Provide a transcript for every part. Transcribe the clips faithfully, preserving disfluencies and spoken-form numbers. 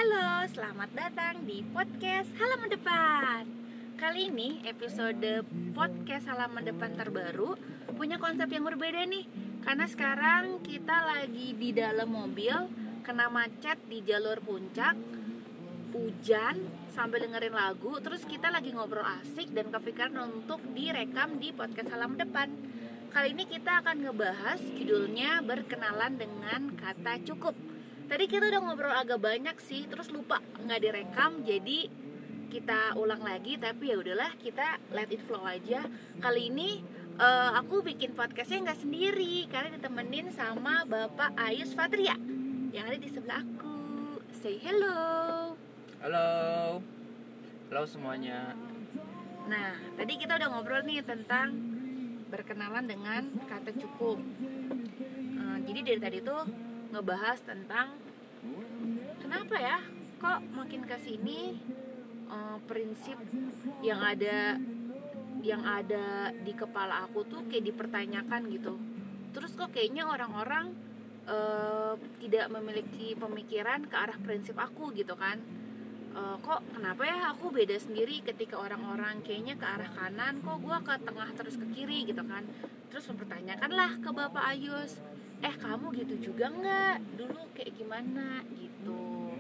Halo, selamat datang di podcast Halaman Depan. Kali ini episode podcast Halaman Depan terbaru punya konsep yang berbeda nih. Karena sekarang kita lagi di dalam mobil, kena macet di jalur puncak, hujan, sambil dengerin lagu. Terus kita lagi ngobrol asik dan kepikiran untuk direkam di podcast Halaman Depan. Kali ini kita akan ngebahas judulnya berkenalan dengan kata cukup. Tadi kita udah ngobrol agak banyak sih, terus lupa nggak direkam, jadi kita ulang lagi. Tapi ya udahlah, kita let it flow aja. Kali ini uh, aku bikin podcastnya nggak sendiri, karena ditemenin sama Bapak Ayus Fatria yang ada di sebelah aku. Say hello. Halo, halo semuanya. Nah, tadi kita udah ngobrol nih tentang berkenalan dengan kata cukup. Uh, jadi dari tadi tuh ngebahas tentang kenapa ya kok makin kesini uh, prinsip yang ada yang ada di kepala aku tuh kayak dipertanyakan gitu. Terus kok kayaknya orang-orang uh, tidak memiliki pemikiran ke arah prinsip aku gitu kan. Uh, kok kenapa ya aku beda sendiri ketika orang-orang kayaknya ke arah kanan, kok gue ke tengah terus ke kiri gitu kan. Terus mempertanyakanlah ke Bapak Ayus, eh kamu gitu juga nggak? Dulu kayak gimana gitu.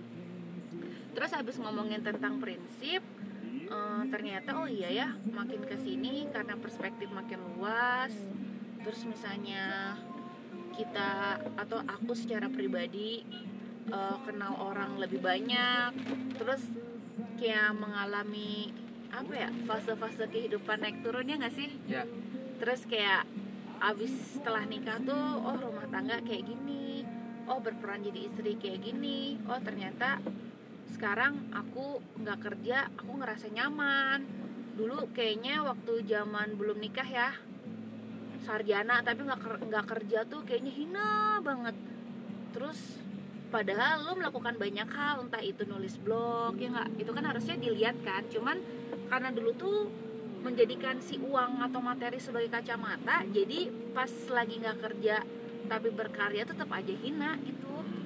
Terus habis ngomongin tentang prinsip, uh, ternyata oh iya ya, makin kesini karena perspektif makin luas. Terus misalnya kita atau aku secara pribadi uh, kenal orang lebih banyak, terus kayak mengalami apa ya, fase-fase kehidupan naik turunnya nggak sih? Ya. Terus kayak abis setelah nikah tuh, oh rumah tangga kayak gini, oh berperan jadi istri kayak gini, oh ternyata sekarang aku nggak kerja, aku ngerasa nyaman. Dulu kayaknya waktu zaman belum nikah ya, sarjana tapi nggak nggak kerja tuh kayaknya hina banget. Terus padahal lo melakukan banyak hal, entah itu nulis blog ya nggak, itu kan harusnya dilihat kan. Cuman karena dulu tuh menjadikan si uang atau materi sebagai kacamata, jadi pas lagi nggak kerja tapi berkarya tetap aja hina gitu,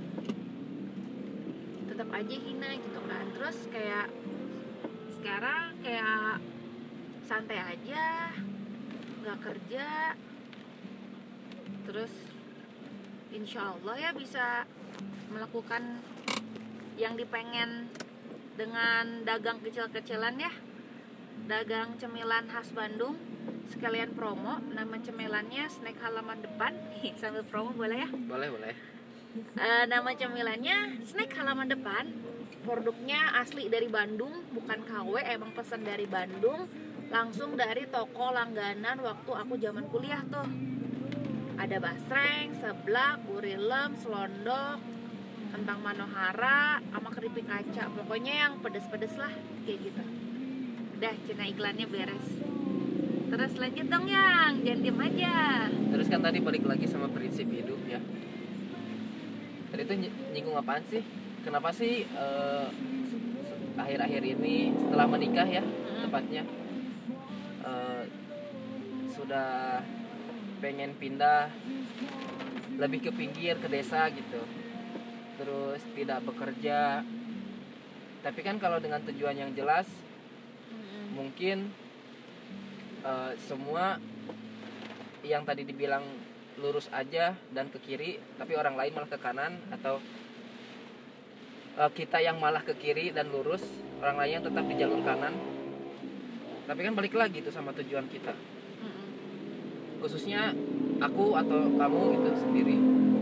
tetap aja hina gitu kan. Terus kayak sekarang kayak santai aja, nggak kerja, terus insya Allah ya bisa melakukan yang dipengen dengan dagang kecil-kecilan ya, dagang cemilan khas Bandung. Sekalian promo, nama cemilannya snack halaman depan. Sambil promo boleh ya? Boleh, boleh. Uh, nama cemilannya snack halaman depan. Produknya asli dari Bandung, bukan K W, emang pesan dari Bandung, langsung dari toko langganan waktu aku zaman kuliah tuh. Ada basreng, seblak, burilem, selondok, kentang manohara, sama keripik kaca. Pokoknya yang pedes-pedes lah, kayak gitu. Udah, cina iklannya beres. Terus lanjut dong Yang, jangan diem aja. Terus kan tadi balik lagi sama prinsip hidup ya. Tadi tuh nyinggung apaan sih? Kenapa sih uh, akhir-akhir ini setelah menikah ya, hmm. tepatnya uh, sudah pengen pindah lebih ke pinggir, ke desa gitu. Terus tidak bekerja. Tapi kan kalau dengan tujuan yang jelas, mungkin uh, semua yang tadi dibilang lurus aja dan ke kiri, tapi orang lain malah ke kanan, atau uh, kita yang malah ke kiri dan lurus, orang lain yang tetap di jalur kanan. Tapi kan balik lagi tuh sama tujuan kita, khususnya aku atau kamu gitu sendiri.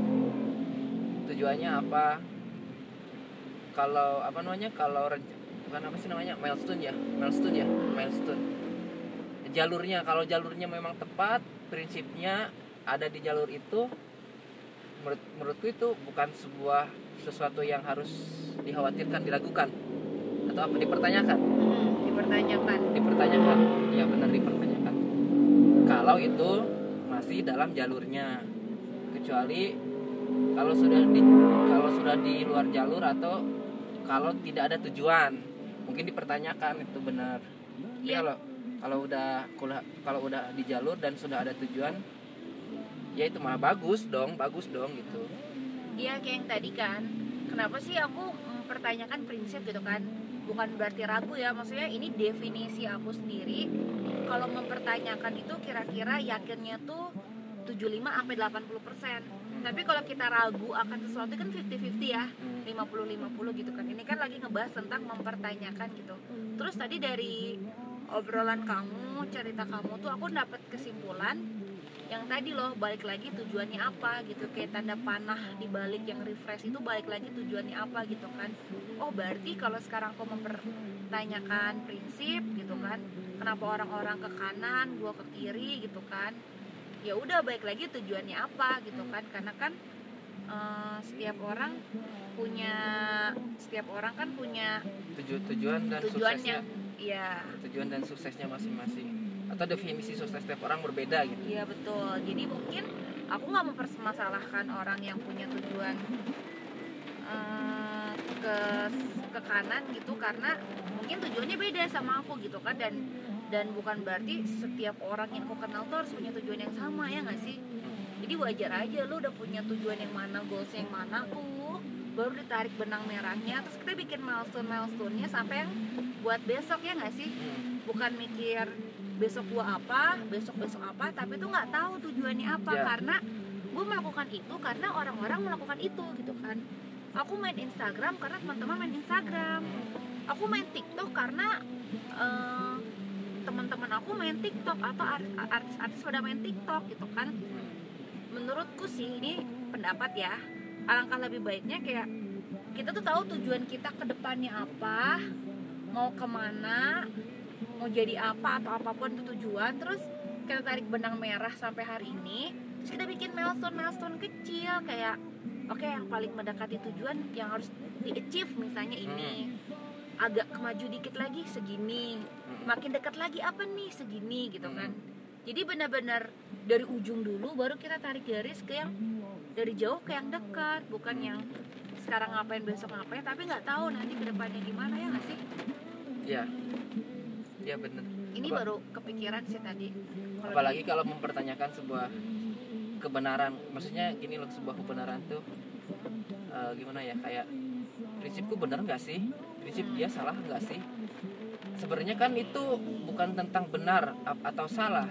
Tujuannya apa? Kalau apa namanya? Kalau bukan apa sih namanya, milestone ya milestone ya milestone jalurnya. Kalau jalurnya memang tepat, prinsipnya ada di jalur itu, menurut menurutku itu bukan sebuah sesuatu yang harus dikhawatirkan, diragukan atau apa, dipertanyakan. hmm, dipertanyakan dipertanyakan ya, benar, dipertanyakan kalau itu masih dalam jalurnya. Kecuali kalau sudah di kalau sudah di luar jalur, atau kalau tidak ada tujuan, mungkin dipertanyakan itu benar. Iya. Kalau kalau udah kalau udah di jalur dan sudah ada tujuan, ya itu malah bagus dong, bagus dong gitu. Iya, kayak yang tadi kan, kenapa sih aku mempertanyakan prinsip gitu kan, bukan berarti ragu ya, maksudnya ini definisi aku sendiri. Kalau mempertanyakan itu kira-kira yakinnya tuh tujuh puluh lima sampai delapan puluh persen. Tapi kalau kita ragu akan sesuatu kan lima puluh lima puluh ya, lima puluh lima puluh gitu kan. Ini kan lagi ngebahas tentang mempertanyakan gitu. Terus tadi dari obrolan kamu, cerita kamu tuh aku dapat kesimpulan yang tadi loh, balik lagi tujuannya apa gitu, kayak tanda panah di balik yang refresh itu balik lagi tujuannya apa gitu kan. Oh berarti kalau sekarang aku mempertanyakan prinsip gitu kan, kenapa orang-orang ke kanan, gua ke kiri gitu kan, ya udah balik lagi tujuannya apa gitu kan. Karena kan uh, setiap orang punya setiap orang kan punya Tuju, tujuan dan tujuannya, suksesnya, iya tujuan dan suksesnya masing-masing, atau definisi sukses setiap orang berbeda gitu. iya betul. Jadi mungkin aku nggak mempermasalahkan orang yang punya tujuan uh, ke ke kanan gitu, karena mungkin tujuannya beda sama aku gitu kan. Dan dan bukan berarti setiap orang yang aku kenal tuh harus punya tujuan yang sama, ya nggak sih? Jadi wajar aja lu udah punya tujuan yang mana, goals yang mana tuh, baru ditarik benang merahnya, terus kita bikin milestone milestone-nya sampai yang buat besok, ya nggak sih? Bukan mikir besok gua apa, besok besok apa, tapi tuh nggak tahu tujuannya apa. Yeah. Karena gue melakukan itu karena orang-orang melakukan itu gitu kan. Aku main Instagram karena teman-teman main Instagram. Aku main TikTok karena uh, teman-teman aku main TikTok, atau artis-artis pada main TikTok gitu kan. Menurutku sih, ini pendapat ya, alangkah lebih baiknya kayak kita tuh tahu tujuan kita ke depannya apa, mau kemana, mau jadi apa, atau apapun itu tujuan. Terus kita tarik benang merah sampai hari ini, terus kita bikin milestone-milestone kecil kayak oke okay, yang paling mendekati tujuan yang harus di-achieve misalnya ini, agak kemaju dikit lagi segini, makin dekat lagi apa nih segini gitu kan. Jadi benar-benar dari ujung dulu baru kita tarik garis ke yang dari jauh ke yang dekat, bukan yang sekarang ngapain besok ngapain tapi nggak tahu nanti kedepannya gimana, ya nggak sih? Ya, ya benar. Ini Apa? Baru kepikiran sih tadi. Kalo apalagi di... kalau mempertanyakan sebuah kebenaran, maksudnya gini loh, sebuah kebenaran tuh uh, gimana ya, kayak prinsipku benar nggak sih? Prinsip dia salah nggak sih? Sebenarnya kan itu bukan tentang benar atau salah.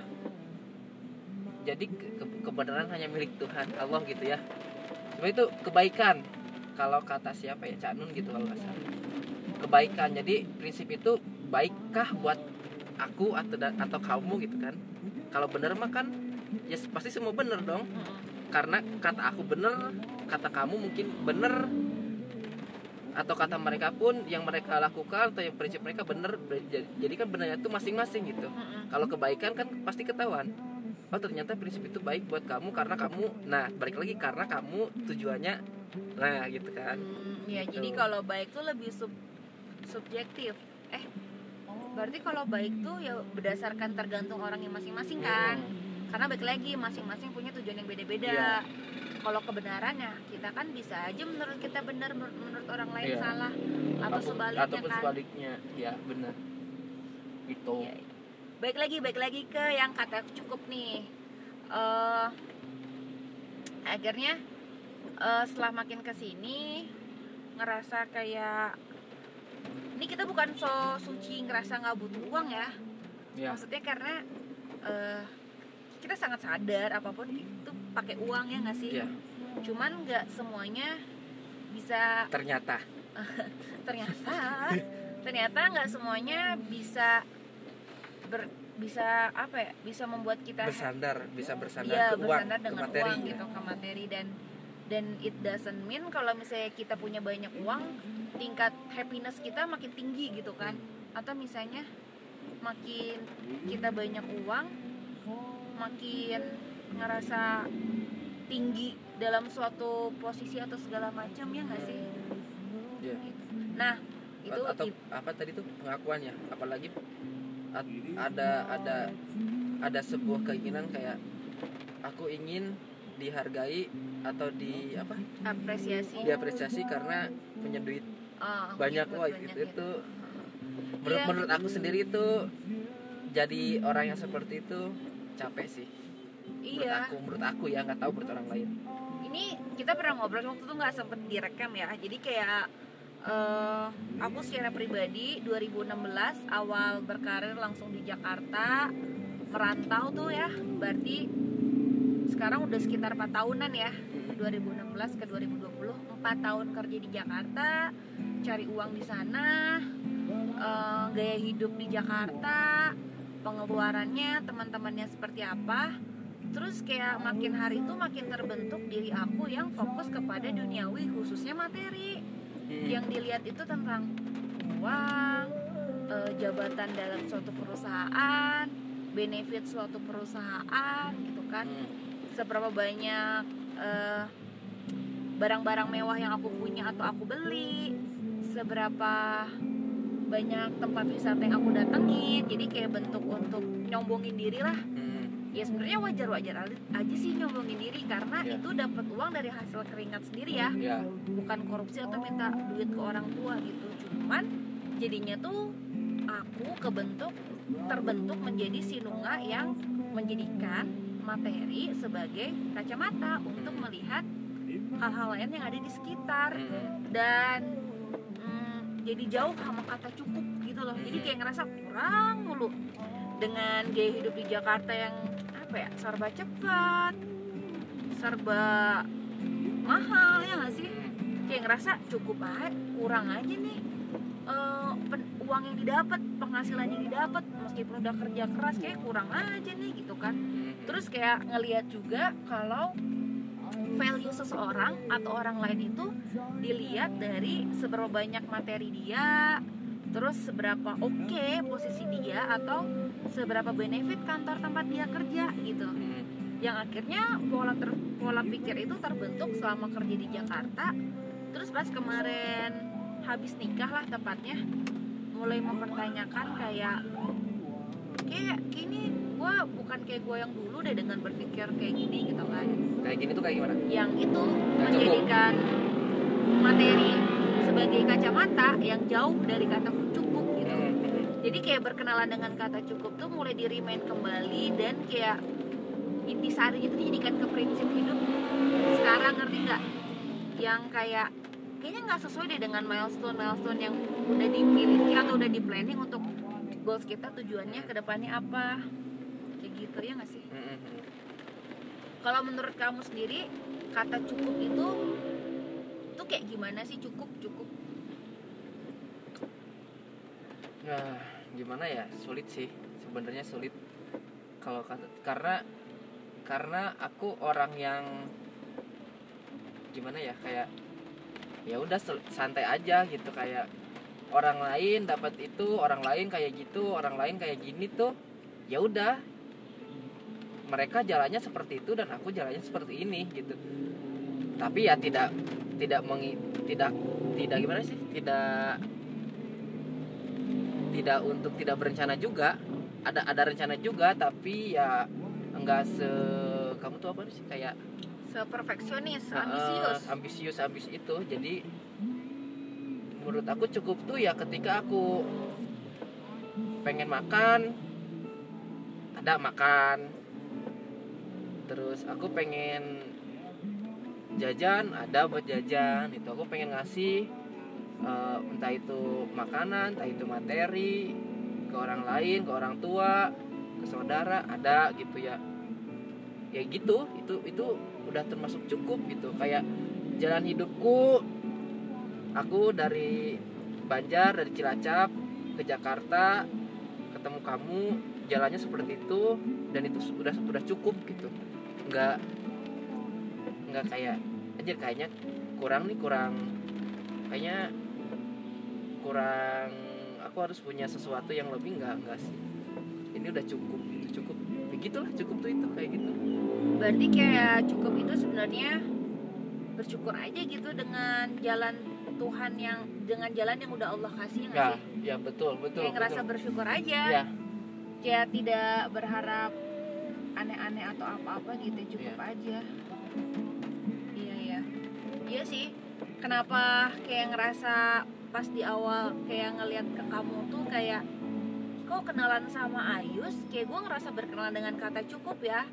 Jadi ke- kebenaran hanya milik Tuhan, Allah gitu ya. Cuma itu kebaikan. Kalau kata siapa ya, Cak Nun gitu kalau nggak salah. Kebaikan. Jadi prinsip itu baikkah buat aku atau atau kamu gitu kan. Kalau benar mah kan ya pasti semua benar dong. Karena kata aku benar, kata kamu mungkin benar, atau kata mereka pun yang mereka lakukan atau yang prinsip mereka benar. Jadi kan benarnya itu masing-masing gitu. Kalau kebaikan kan pasti ketahuan. Oh ternyata prinsip itu baik buat kamu karena kamu, nah balik lagi karena kamu tujuannya, nah gitu kan. Hmm, ya gitu. Jadi kalau baik tuh lebih sub, subjektif. Eh, berarti kalau baik tuh ya berdasarkan tergantung orangnya masing-masing kan. Hmm. Karena balik lagi masing-masing punya tujuan yang beda-beda. Yeah. Kalau kebenarannya kita kan bisa aja menurut kita benar, menurut orang lain yeah. salah, atau Atau, sebaliknya ataupun kan. sebaliknya, ya benar. Gitu. Ya, baik lagi, baik lagi ke yang kata cukup nih. Uh, akhirnya uh, setelah makin kesini ngerasa kayak ini kita bukan so suci ngerasa nggak butuh uang ya. Ya. Maksudnya karena uh, kita sangat sadar apapun itu pakai uang, ya nggak sih? Ya. Cuman nggak semuanya bisa. Ternyata. ternyata, ternyata nggak semuanya bisa. Ber, bisa apa ya, bisa membuat kita bersandar, bisa bersandar ya, ke bersandar uang, dengan ke materi, uang gitu, ke materi. Dan dan it doesn't mean kalau misalnya kita punya banyak uang tingkat happiness kita makin tinggi gitu kan. Atau misalnya makin kita banyak uang makin ngerasa tinggi dalam suatu posisi atau segala macam, ya nggak sih? Yeah. Nah itu atau it, apa tadi tuh pengakuannya, apalagi ada ada ada sebuah keinginan kayak aku ingin dihargai atau di apa apresiasi diapresiasi karena punya duit oh, banyak. Wah itu, itu menurut yeah. menurut aku sendiri itu jadi orang yang seperti itu capek sih. Menurut iya. aku menurut aku ya, nggak tahu menurut orang lain. ini kita pernah ngobrol waktu itu nggak sempet direkam ya. Jadi kayak uh, aku secara pribadi dua ribu enam belas awal berkarir langsung di Jakarta, merantau tuh ya. Berarti sekarang udah sekitar empat tahunan ya. dua ribu enam belas ke dua ribu dua puluh, empat tahun kerja di Jakarta, cari uang di sana, uh, gaya hidup di Jakarta, pengeluarannya, teman-temannya seperti apa. Terus kayak makin hari itu makin terbentuk diri aku yang fokus kepada duniawi, khususnya materi. Yang dilihat itu tentang uang, e, jabatan dalam suatu perusahaan, benefit suatu perusahaan gitu kan. Seberapa banyak e, barang-barang mewah yang aku punya atau aku beli, seberapa banyak tempat wisata yang aku datengin. Jadi kayak bentuk untuk nyombongin diri lah. Ya sebenarnya wajar-wajar aja sih nyombongin diri karena yeah. itu dapat uang dari hasil keringat sendiri ya, yeah. bukan korupsi atau minta duit ke orang tua gitu. Cuman jadinya tuh aku kebentuk terbentuk menjadi sinunga yang menjadikan materi sebagai kacamata untuk melihat hal-hal lain yang ada di sekitar dan mm, jadi jauh sama kata cukup gitu loh. Jadi kayak ngerasa kurang mulu dengan gaya hidup di Jakarta yang apa ya, serba cepat, serba mahal ya nggak sih? Kayak ngerasa cukup aja, kurang aja nih uh, pen- uang yang didapat, penghasilan yang didapat meskipun udah kerja keras kayak kurang aja nih gitu kan. Terus kayak ngelihat juga kalau value seseorang atau orang lain itu dilihat dari seberapa banyak materi dia, terus seberapa oke okay posisi dia atau seberapa benefit kantor tempat dia kerja gitu. Yang akhirnya pola ter, pola pikir itu terbentuk selama kerja di Jakarta. Terus pas kemarin habis nikah lah tepatnya, mulai mempertanyakan kayak kayak gini gue bukan kayak gue yang dulu deh dengan berpikir kayak gini gitu kan. Kayak gini tuh kayak gimana? Yang itu menjadikan materi sebagai kacamata yang jauh dari kata cukup gitu. Jadi kayak berkenalan dengan kata cukup tuh mulai di remind kembali dan kayak intisari itu dijadikan ke prinsip hidup sekarang, ngerti nggak? Yang kayak kayaknya nggak sesuai deh dengan milestone milestone yang udah dimiliki atau udah di planning untuk goals kita, tujuannya ke depannya apa kayak gitu ya nggak sih? Kalau menurut kamu sendiri kata cukup itu tuh kayak gimana sih? Cukup cukup nah gimana ya, sulit sih sebenarnya, sulit kalau kata, karena karena aku orang yang gimana ya, kayak ya udah santai aja gitu, kayak orang lain dapat itu, orang lain kayak gitu, orang lain kayak gini tuh ya udah, mereka jalannya seperti itu dan aku jalannya seperti ini gitu. Tapi ya tidak tidak mengi, tidak tidak gimana sih, tidak tidak untuk tidak berencana juga, ada ada rencana juga, tapi ya enggak se kamu tuh apa sih, kayak seperfeksionis, uh, ambisius ambisius ambis itu. Jadi menurut aku cukup tuh ya ketika aku pengen makan ada makan, terus aku pengen jajan ada buat jajan, itu aku pengen ngasih uh, entah itu makanan, entah itu materi ke orang lain, ke orang tua, ke saudara, ada gitu ya. Ya gitu, itu itu udah termasuk cukup gitu. Kayak jalan hidupku, aku dari Banjar, dari Cilacap ke Jakarta, ketemu kamu, jalannya seperti itu, dan itu sudah sudah cukup gitu. Enggak enggak kayak anjir kayaknya kurang nih, kurang kayaknya kurang, aku harus punya sesuatu yang lebih, enggak enggak sih. Ini udah cukup, itu cukup. Begitulah cukup tuh itu kayak gitu. Berarti kayak cukup itu sebenarnya bersyukur aja gitu dengan jalan Tuhan yang, dengan jalan yang udah Allah kasih, nggak ya, sih? Ya betul betul. Kayak ngerasa betul. bersyukur aja. Ya. Kayak tidak berharap aneh-aneh atau apa-apa gitu, cukup ya. aja. Iya ya. Iya sih. Kenapa kayak ngerasa pas di awal kayak ngelihat ke kamu tuh kayak kok kenalan sama Ayus, kayak gue ngerasa berkenalan dengan kata cukup ya.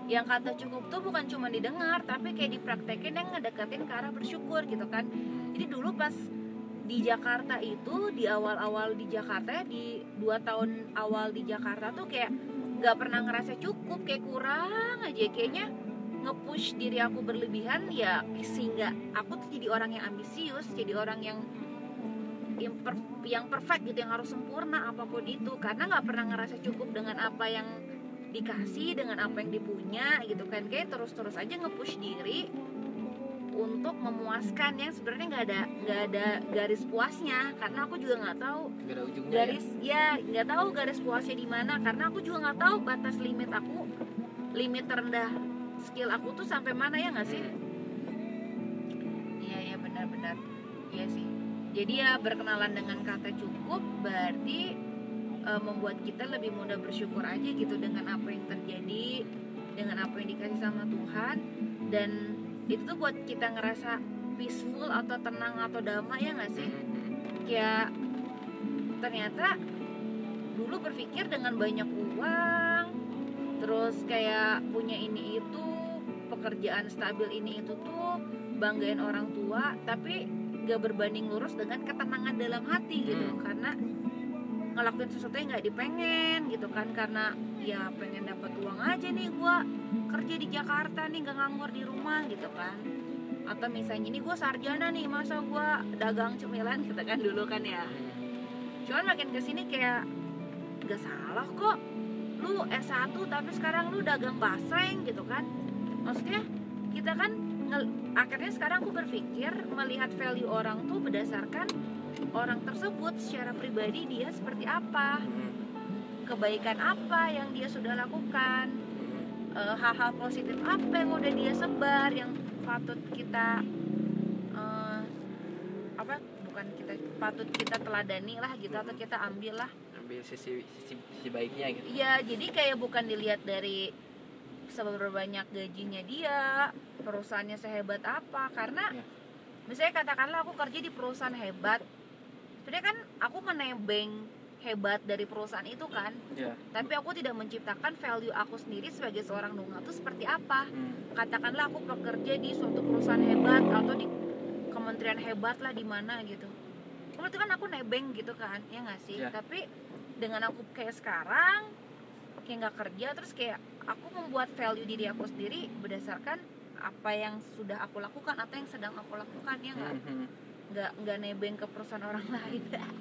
yang kata cukup tuh bukan cuma didengar tapi kayak dipraktekin yang ngedeketin ke arah bersyukur gitu kan. Jadi dulu pas di Jakarta itu, di awal-awal di Jakarta, di dua tahun awal di Jakarta tuh kayak nggak pernah ngerasa cukup, kayak kurang aja, kayaknya nge-push diri aku berlebihan ya, sehingga aku tuh jadi orang yang ambisius, jadi orang yang imper- yang perfect gitu, yang harus sempurna apapun itu, karena nggak pernah ngerasa cukup dengan apa yang dikasih, dengan apa yang dipunya gitu kan. Kayak terus-terus aja nge-push diri untuk memuaskan yang sebenarnya nggak ada nggak ada garis puasnya, karena aku juga nggak tahu Gak ada ujungnya garis ya nggak tahu garis puasnya di mana, karena aku juga nggak tahu batas limit aku, limit terendah skill aku tuh sampai mana, ya nggak sih? Iya ya benar-benar iya sih. Jadi ya berkenalan dengan kata cukup berarti e, membuat kita lebih mudah bersyukur aja gitu dengan apa yang terjadi, dengan apa yang dikasih sama Tuhan, dan itu tuh buat kita ngerasa peaceful atau tenang atau damai, ya nggak sih? Kayak ternyata dulu berpikir dengan banyak uang, terus kayak punya ini itu, pekerjaan stabil ini itu tuh banggain orang tua, tapi gak berbanding lurus dengan ketenangan dalam hati gitu, hmm. karena ngelakuin sesuatu yang nggak dipengen gitu kan, karena ya pengen dapat uang aja nih gua kerja di Jakarta nih, nggak nganggur di rumah gitu kan. Atau misalnya ini gua sarjana nih, masa gua dagang cemilan gitu kan dulu kan ya. Cuman makin kesini kayak gak salah kok lu S satu tapi sekarang lu dagang basreng gitu kan. Maksudnya kita kan nge- akhirnya sekarang aku berpikir melihat value orang tuh berdasarkan orang tersebut secara pribadi, dia seperti apa, kebaikan apa yang dia sudah lakukan, e, hal-hal positif apa yang udah dia sebar, yang patut kita e, apa bukan kita patut kita teladani lah gitu, atau kita ambil lah, ambil sisi sisi, sisi baiknya gitu. Iya, jadi kayak bukan dilihat dari seberapa banyak gajinya dia, perusahaannya sehebat apa, karena ya. Misalnya katakanlah aku kerja di perusahaan hebat, sebenarnya kan aku menebeng hebat dari perusahaan itu kan, ya. Tapi aku tidak menciptakan value aku sendiri sebagai seorang nunggal itu seperti apa. hmm. Katakanlah aku bekerja di suatu perusahaan hebat atau di kementerian hebat lah di mana gitu, kalau itu kan aku nebeng gitu kan, ya nggak sih? Ya. Tapi dengan aku kayak sekarang kayak nggak kerja, terus kayak aku membuat value diri aku sendiri berdasarkan apa yang sudah aku lakukan atau yang sedang aku lakukan, ya nggak? hmm. nggak nggak nebeng ke perusahaan orang lain.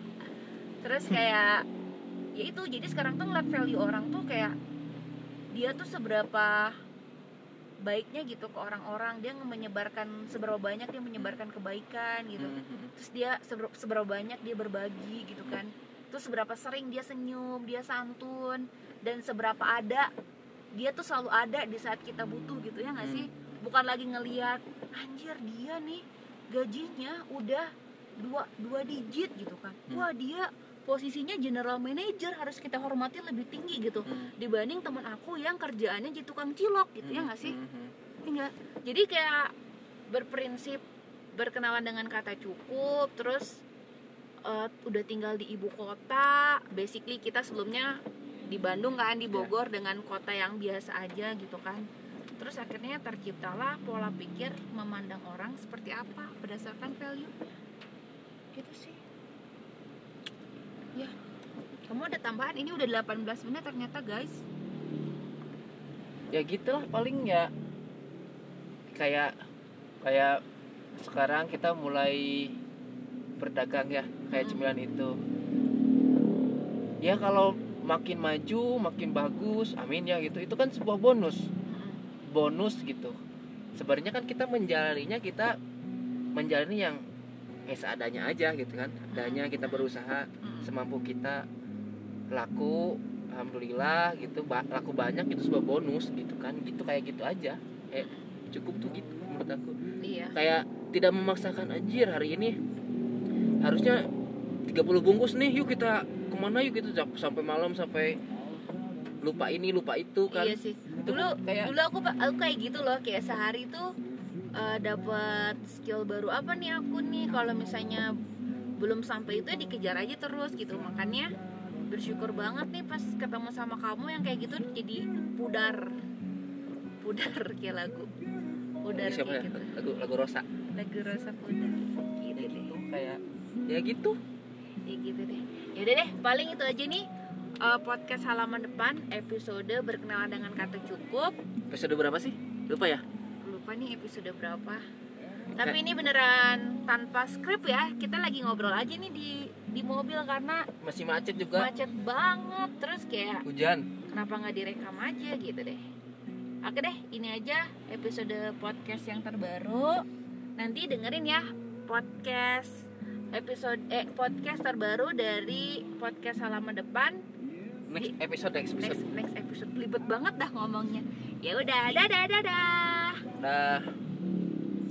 Terus kayak ya itu, jadi sekarang tuh ngeliat value orang tuh kayak dia tuh seberapa baiknya gitu ke orang-orang, dia menyebarkan seberapa banyak dia menyebarkan kebaikan gitu, terus dia seberapa, seberapa banyak dia berbagi gitu kan, terus seberapa sering dia senyum, dia santun, dan seberapa ada dia tuh selalu ada di saat kita butuh gitu, ya nggak sih? Bukan lagi ngelihat anjir dia nih gajinya udah dua dua digit gitu kan, wah dia posisinya general manager, harus kita hormati lebih tinggi gitu hmm. dibanding teman aku yang kerjaannya jadi tukang cilok gitu, hmm. ya nggak sih? Hmm. Enggak. Jadi kayak berprinsip berkenalan dengan kata cukup, terus uh, udah tinggal di ibu kota, basically kita sebelumnya di Bandung kan, di Bogor, yeah. dengan kota yang biasa aja gitu kan. Terus akhirnya terciptalah pola pikir memandang orang seperti apa berdasarkan value gitu sih. Ya, kamu ada tambahan? Ini udah delapan belas menit ternyata guys. Ya gitulah paling ya. Kayak kayak sekarang kita mulai berdagang ya, kayak hmm. cemilan itu. Ya kalau makin maju, makin bagus, amin ya gitu. Itu kan sebuah bonus. Bonus gitu. Sebenarnya kan kita menjalaninya, kita menjalani yang eh seadanya aja gitu kan. Adanya kita berusaha semampu kita, laku alhamdulillah gitu, laku banyak itu sebuah bonus gitu kan, gitu kayak gitu aja, kayak cukup tuh gitu menurut aku. Iya. Kayak tidak memaksakan, anjir hari ini harusnya tiga puluh bungkus nih, yuk kita kemana yuk gitu, sampai malam sampai lupa ini lupa itu kan. Iya sih. Dulu kayak, dulu aku aku kayak gitu loh, kayak sehari tuh uh, dapat skill baru apa nih aku nih, kalau misalnya belum sampai itu dikejar aja terus gitu. Makanya bersyukur banget nih pas ketemu sama kamu yang kayak gitu, jadi pudar pudar kayak lagu pudar Siapa kayak ya? gitu. Lagu lagu Rosa. Lagu Rosa Pudar gitu Ya deh. gitu kayak ya gitu. Ya gitu deh. Yaudah deh, paling itu aja nih uh, podcast halaman depan episode berkenalan dengan kata cukup. Episode berapa sih? Lupa ya? Lupa nih episode berapa. Tapi ini beneran tanpa skrip ya. Kita lagi ngobrol aja nih di di mobil karena Masih macet juga. macet banget. Terus kayak Hujan. kenapa nggak direkam aja gitu deh. Oke deh, ini aja episode podcast yang terbaru. Nanti dengerin ya podcast episode eh podcast terbaru dari podcast halaman depan. Next episode next episode. Next next episode libet banget dah ngomongnya. Ya udah, dadah dadah. Dah.